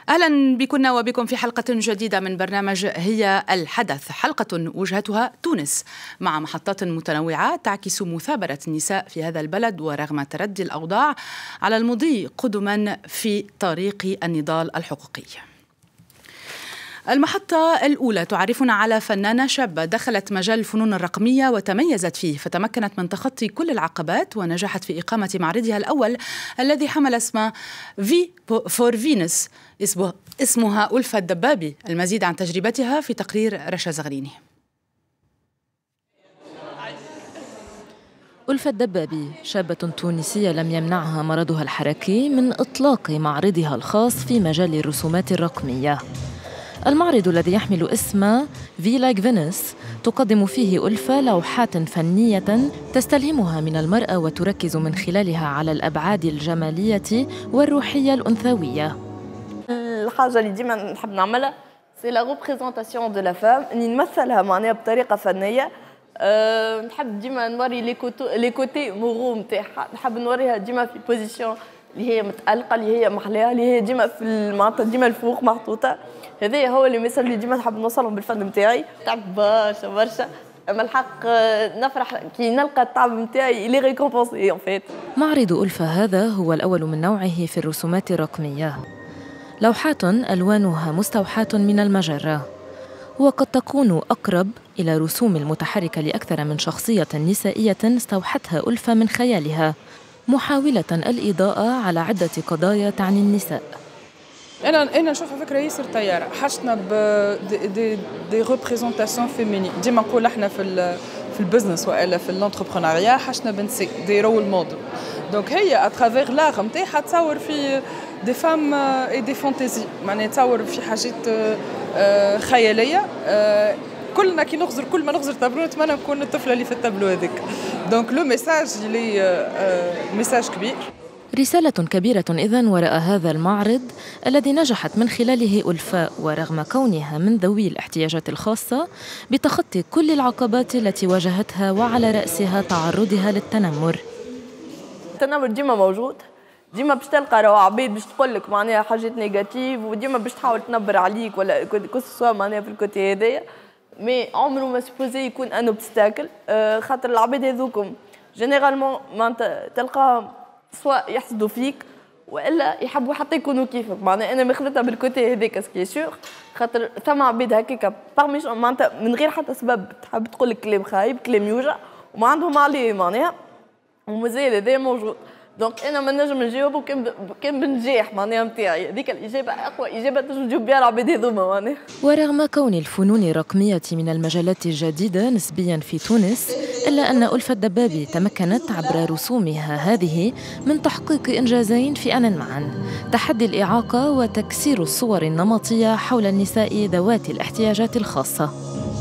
أهلا بكم وبكم في حلقة جديدة من برنامج هي الحدث، حلقة وجهتها تونس مع محطات متنوعة تعكس مثابرة النساء في هذا البلد ورغم تردي الأوضاع على المضي قدما في طريق النضال الحقوقي. المحطة الأولى تعرفنا على فنانة شابة دخلت مجال الفنون الرقمية وتميزت فيه، فتمكنت من تخطي كل العقبات ونجحت في إقامة معرضها الأول الذي حمل اسم في فور فينوس. اسمها ألفة الدبابي. المزيد عن تجربتها في تقرير رشا زغريني. ألفة الدبابي شابة تونسية لم يمنعها مرضها الحركي من إطلاق معرضها الخاص في مجال الرسومات الرقمية. المعرض الذي يحمل اسم في لايك فينوس تقدم فيه ألفة لوحات فنية تستلهمها من المرأة وتركز من خلالها على الأبعاد الجمالية والروحية الأنثوية. الحاجة اللي ديما نحب نعملها سي لا ريبريزونطاسيون دو لا فام، اني نمثلها معناها بطريقة فنية. نحب ديما نوري لي كوتي مورو نتاعها، نحب نوريها ديما في بوزيسيون اللي هي متألقة، اللي هي محلاها، اللي هي ديما في معناتها ديما الفوق محطوطة. هذا هو اللي مثل اللي ديما نحب نوصلهم بالفن نتاعي. تعب برشا برشا، اما الحق نفرح كي نلقى التعب نتاعي اللي ريكومبونسي. معرض ألفة هذا هو الأول من نوعه في الرسومات الرقمية. لوحات ألوانها مستوحاة من المجرة، وقد تكون أقرب إلى رسوم المتحركة لأكثر من شخصية نسائية استوحتها ألفة من خيالها، محاولة الإضاءة على عدة قضايا تعني النساء. انا نشوفها فكره ياسر طياره، حشنا ب دي ريبريزونطاسيون فيمينين. ديما نقول احنا في البزنس والا في الانتربرونيا حشنا بنسي دي رول موديل. دونك هي اترافيغ لاغ نتاعها تصور في دي فام اي دي فانتازي، معناها تصور في حاجات خياليه. كلنا كي نغزر، كل ما نغزر تابلو نتمنى نكون الطفله اللي في التابلو هذيك. دونك لو ميساج اللي ميساج كبير، رسالة كبيرة إذن وراء هذا المعرض الذي نجحت من خلاله ألفاء ورغم كونها من ذوي الاحتياجات الخاصة بتخطي كل العقبات التي واجهتها وعلى رأسها تعرضها للتنمر. التنمر ديما موجود، ديما باش تلقى راهو عبيد باش تقول لك معناها حاجات نيجاتيف، وديما باش تحاول تنبر عليك ولا كوسوا معناها في الكوتي هذايا. مي عمره ما سبوزي يكون ان اوبستاكل، خاطر العباد هذوكم جينيرالمون معناتها تلقاهم سواء يحسدوا فيك والا يحبوا حتى يكونوا كيفك. معناها انا ماخذتها بالكوتي هذاك سكي سور، خاطر ثم عباد هكاك معناتها من غير حتى سبب تحب تقول لك كلام خايب، كلام يوجع وما عندهم عليه معناها، ومازال هذا موجود. دونك انا ما نجم نجاوب كان بالنجاح معناها نتاعي، هذيك الاجابه اقوى اجابه تنجم تجاوب بها العباد هذوما معناها. ورغم كون الفنون الرقميه من المجالات الجديده نسبيا في تونس، الا ان ألفة الدبابي تمكنت عبر رسومها هذه من تحقيق انجازين في ان معا: تحدي الاعاقه وتكسير الصور النمطيه حول النساء ذوات الاحتياجات الخاصه.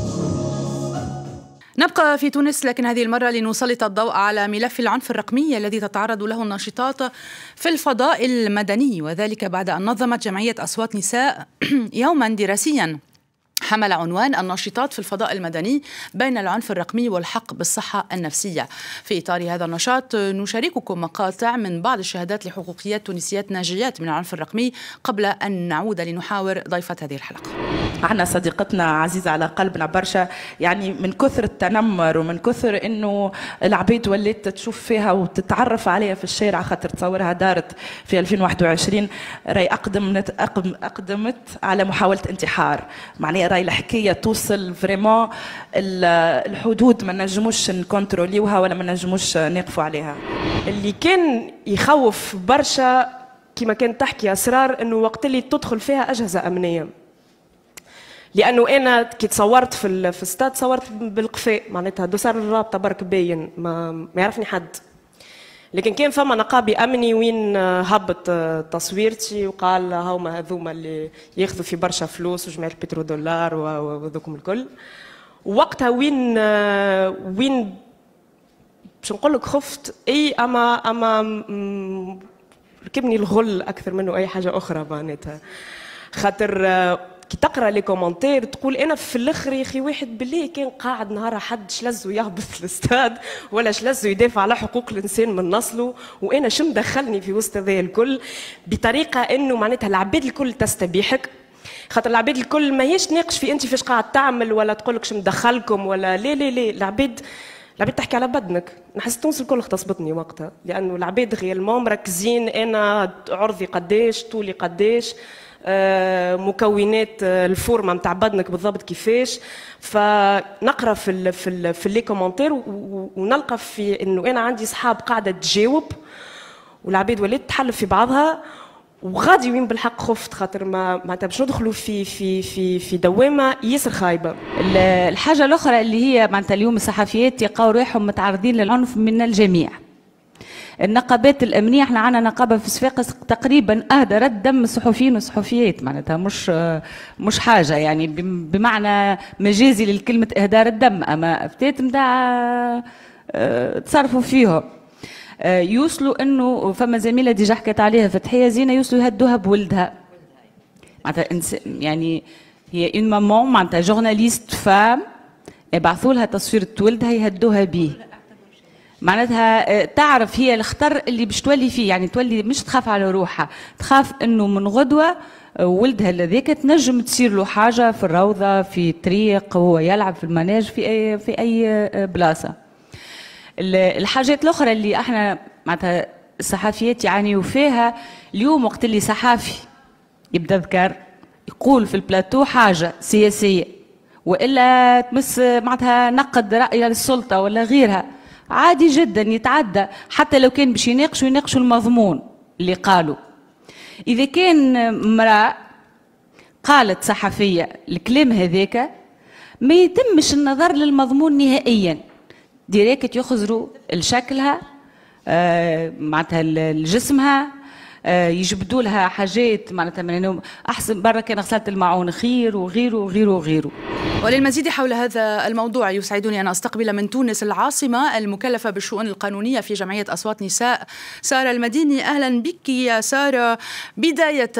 نبقى في تونس، لكن هذه المرة لنسلط الضوء على ملف العنف الرقمي الذي تتعرض له الناشطات في الفضاء المدني، وذلك بعد أن نظمت جمعية أصوات نساء يوما دراسيا حمل عنوان الناشطات في الفضاء المدني بين العنف الرقمي والحق بالصحة النفسية. في إطار هذا النشاط نشارككم مقاطع من بعض الشهادات لحقوقيات تونسيات ناجيات من العنف الرقمي قبل أن نعود لنحاور ضيفة هذه الحلقة. معنا صديقتنا عزيزة على قلبنا برشا، يعني من كثر التنمر ومن كثر انه العبيد وليت تشوف فيها وتتعرف عليها في الشارع، خاطر تصورها دارت في 2021 راي اقدمت على محاولة انتحار. معناها راي الحكاية توصل فريمون الحدود ما نجموش نكونتروليوها ولا ما نجموش نقفوا عليها. اللي كان يخوف برشا كما كانت تحكي أسرار انه وقت اللي تدخل فيها أجهزة أمنية، لانه انا كي تصورت في استاد صورت بالقفاء، معناتها دوسار الرابطه برك باين ما يعرفني حد. لكن كان فما نقابي امني وين هبط تصويرتي وقال هاوما هذوما اللي ياخذوا في برشا فلوس وجمعيه البترودولار وذوكم الكل. وقتها وين باش نقول لك خفت اما ركبني الغل اكثر منه اي حاجه اخرى، معناتها خاطر كي تقرا لي كومنتير تقول انا في الاخر يا اخي واحد بالله كان قاعد نهار حد شلزو يهبط الاستاد ولا شلزو يدافع على حقوق الانسان من نصله، وانا شم دخلني في وسط هذا الكل بطريقه انه معناتها العباد الكل تستبيحك، خاطر العباد الكل ماهيش تناقش في انت فاش قاعد تعمل ولا تقول لك شو مدخلكم ولا لا لا لا، العباد تحكي على بدنك. نحس تونس الكل اغتصبتني وقتها، لانه العباد غيالمون مركزين انا عرضي قداش، طولي قداش، مكونات الفورمه نتاع بدنك بالضبط كيفاش. فنقرا في لي كومونتير ونلقى في انه انا عندي صحاب قاعده تجاوب والعباد ولات تحلف في بعضها، وغادي وين بالحق خفت خاطر ما باش ندخلوا في دوامه ياسر خايبه. الحاجه الاخرى اللي هي معناتها اليوم الصحفيات يلقاو روحهم متعرضين للعنف من الجميع. النقابات الامنيه، احنا عندنا نقابه في صفاقس تقريبا اهدرت دم الصحفيين والصحفيات، معناتها مش حاجه يعني بمعنى مجازي للكلمه اهدار الدم، اما فتات نتاع تصرفوا فيهم. يوصلوا انه فما زميله ديجا حكت عليها فتحيه زينه، يوصلوا يهدوها بولدها. معناتها يعني هي اون مامون معناتها جورناليست فام، يبعثوا لها تصوير ولدها يهدوها به. معناتها تعرف هي الخطر اللي باش تولي فيه، يعني تولي مش تخاف على روحها، تخاف انه من غدوه ولدها الذاك تنجم تصير له حاجه في الروضه، في طريق، هو يلعب في المناج، في اي بلاصه. الحاجات الاخرى اللي احنا معناتها الصحفيات يعانيوا فيها اليوم، وقت اللي صحافي يبدا ذكر يقول في البلاتو حاجه سياسيه والا تمس معناتها نقد راي السلطه ولا غيرها، عادي جدا يتعدى، حتى لو كان باش يناقشوا المضمون اللي قالوا. اذا كان امراه قالت صحفيه الكلام هذاك ما يتمش النظر للمضمون نهائيا، ديريكت يخزروا لشكلها معناتها لجسمها، يجبدوا لها حاجات معناتها من انه احسن برا كان غسلت الماعون خير وغيره وغيره وغيره. وللمزيد حول هذا الموضوع يسعدني أن أستقبل من تونس العاصمة المكلفة بالشؤون القانونية في جمعية أصوات نساء سارة المديني. أهلا بك يا سارة. بداية،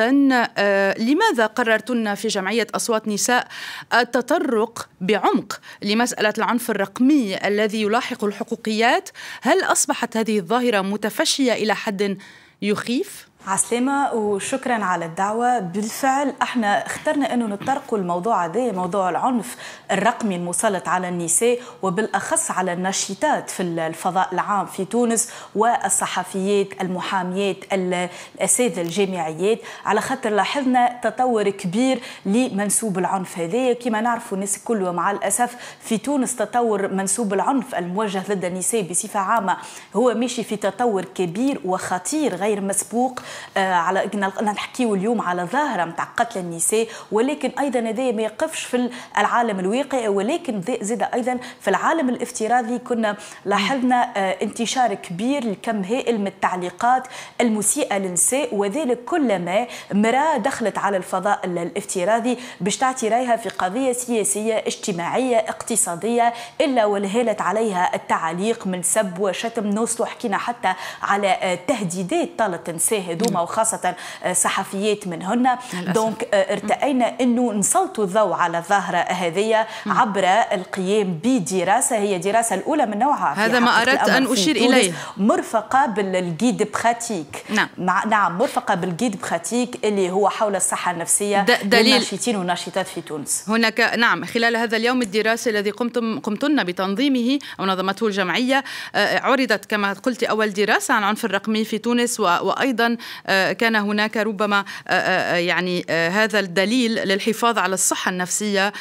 لماذا قررتن في جمعية أصوات نساء التطرق بعمق لمسألة العنف الرقمي الذي يلاحق الحقوقيات؟ هل أصبحت هذه الظاهرة متفشية إلى حد يخيف؟ عسلامة وشكرا على الدعوة. بالفعل احنا اخترنا انه نطرقوا الموضوع هذا، موضوع العنف الرقمي المسلط على النساء وبالاخص على الناشطات في الفضاء العام في تونس والصحفيات المحاميات الاساتذه الجامعيات، على خاطر لاحظنا تطور كبير لمنسوب العنف هذا. كما نعرفوا الناس الكل ومع الاسف في تونس تطور منسوب العنف الموجه ضد النساء بصفه عامه هو ماشي في تطور كبير وخطير غير مسبوق. على نحكيو اليوم على ظاهره نتاع قتل النساء، ولكن ايضا هذا ما يقفش في العالم الواقعي، ولكن زاد ايضا في العالم الافتراضي كنا لاحظنا انتشار كبير لكم هائل من التعليقات المسيئه للنساء، وذلك كلما امراه دخلت على الفضاء الافتراضي باش تعطي رايها في قضيه سياسيه اجتماعيه اقتصاديه الا ولهالت عليها التعليق من سب وشتم. نوصلوا حكينا حتى على تهديدات طالت النساء هذوما وخاصة صحفيات منهن. دونك ارتأينا أنه نسلطوا الضوء على الظاهرة هذه عبر القيام بدراسة، هي دراسة الأولى من نوعها. هذا ما أردت أن أشير إليه، مرفقة بالجيد براتيك. نعم مرفقة بالجيد براتيك اللي هو حول الصحة النفسية للناشطين والناشطات في تونس. هناك نعم خلال هذا اليوم الدراسي الذي قمتن بتنظيمه أو نظمته الجمعية، عرضت كما قلت أول دراسة عن العنف الرقمي في تونس، وأيضا كان هناك ربما يعني هذا الدليل للحفاظ على الصحة النفسية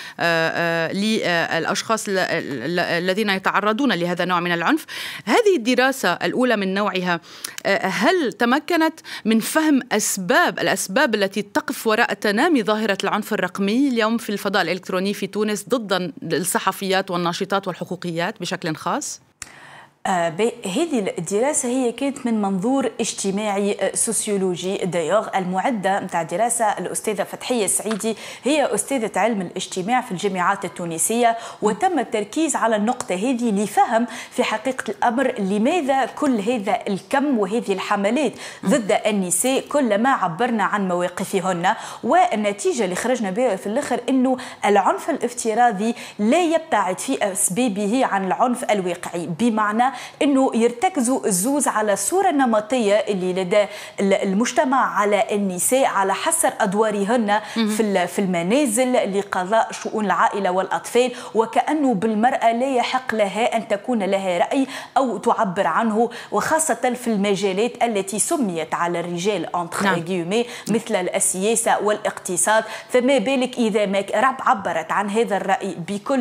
للأشخاص الذين يتعرضون لهذا النوع من العنف. هذه الدراسة الأولى من نوعها هل تمكنت من فهم الأسباب التي تقف وراء تنامي ظاهرة العنف الرقمي اليوم في الفضاء الإلكتروني في تونس ضد الصحفيات والناشطات والحقوقيات بشكل خاص؟ هذه الدراسة هي كانت من منظور اجتماعي سوسيولوجي. دايوغ المعدة متاع الدراسة الأستاذة فتحية السعيدي هي أستاذة علم الاجتماع في الجامعات التونسية، وتم التركيز على النقطة هذه لفهم في حقيقة الأمر لماذا كل هذا الكم وهذه الحملات ضد النساء كلما عبرنا عن مواقفهن. والنتيجة اللي خرجنا بها في الآخر أنه العنف الافتراضي لا يبتعد في أسبابه عن العنف الواقعي، بمعنى انه يرتكزوا الزوز على الصوره النمطيه اللي لدى المجتمع على النساء على حسر ادوارهن في المنازل لقضاء شؤون العائله والاطفال، وكانه بالمراه لا يحق لها ان تكون لها راي او تعبر عنه، وخاصه في المجالات التي سميت على الرجال مثل السياسه والاقتصاد. فما بالك اذا ما عبرت عن هذا الراي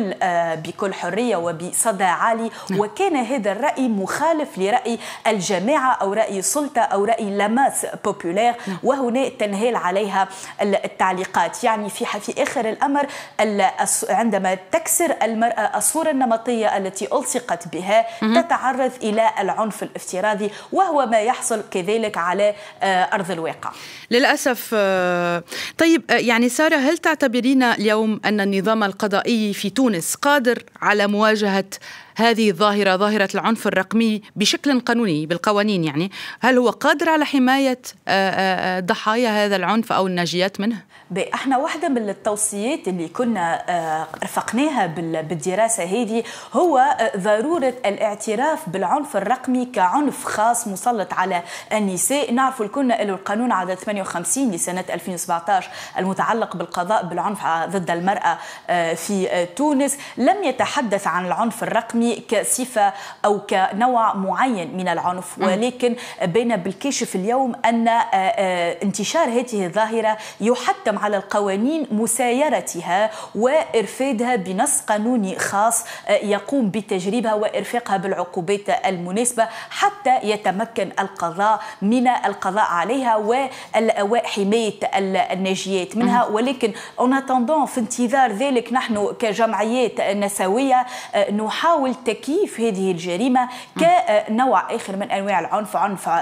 بكل حريه وبصدى عالي، وكان هذا الرأي مخالف لرأي الجماعة أو رأي السلطة أو رأي لاماس بوبولير، وهنا تنهال عليها التعليقات. يعني في آخر الأمر عندما تكسر المرأة الصورة النمطية التي ألصقت بها تتعرض إلى العنف الافتراضي، وهو ما يحصل كذلك على أرض الواقع للأسف. طيب يعني سارة، هل تعتبرين اليوم أن النظام القضائي في تونس قادر على مواجهة هذه الظاهرة، ظاهرة العنف الرقمي بشكل قانوني بالقوانين؟ يعني هل هو قادر على حماية ضحايا هذا العنف أو الناجيات منه؟ احنا واحدة من التوصيات اللي كنا رفقناها بالدراسة هذه هو ضرورة الاعتراف بالعنف الرقمي كعنف خاص مسلط على النساء. نعرف الكلنا أنه القانون عدد 58 لسنة 2017 المتعلق بالقضاء بالعنف ضد المرأة في تونس لم يتحدث عن العنف الرقمي كصفة أو كنوع معين من العنف، ولكن بين بالكشف اليوم أن انتشار هذه الظاهرة يحتم على القوانين مسايرتها وإرفادها بنص قانوني خاص يقوم بتجريبها وإرفاقها بالعقوبات المناسبة حتى يتمكن القضاء من القضاء عليها وحماية الناجيات منها. ولكن في انتظار ذلك نحن كجمعيات نسوية نحاول تكييف هذه الجريمة كنوع آخر من أنواع العنف،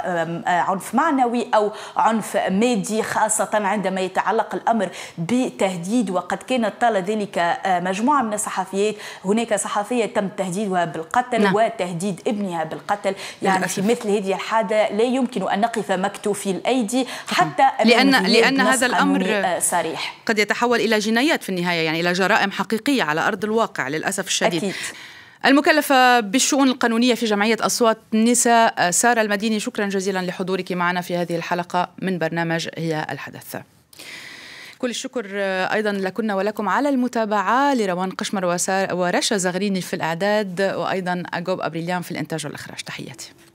عنف معنوي أو عنف مادي، خاصة عندما يتعلق الأمر بتهديد. وقد كانت طال ذلك مجموعة من الصحفيات، هناك صحفية تم تهديدها بالقتل وتهديد ابنها بالقتل. يعني في مثل هذه الحالة لا يمكن أن نقف مكتوفي الأيدي حتى لأن هذا الأمر صريح قد يتحول إلى جنايات في النهاية، يعني إلى جرائم حقيقية على أرض الواقع للأسف الشديد. أكيد. المكلفة بالشؤون القانونية في جمعية أصوات النساء سارة المديني، شكرا جزيلا لحضورك معنا في هذه الحلقة من برنامج هي الحدث. كل الشكر أيضا لكنا ولكم على المتابعة، لروان قشمر ورشا زغريني في الإعداد، وأيضا أجوب أبريليان في الإنتاج والإخراج. تحياتي.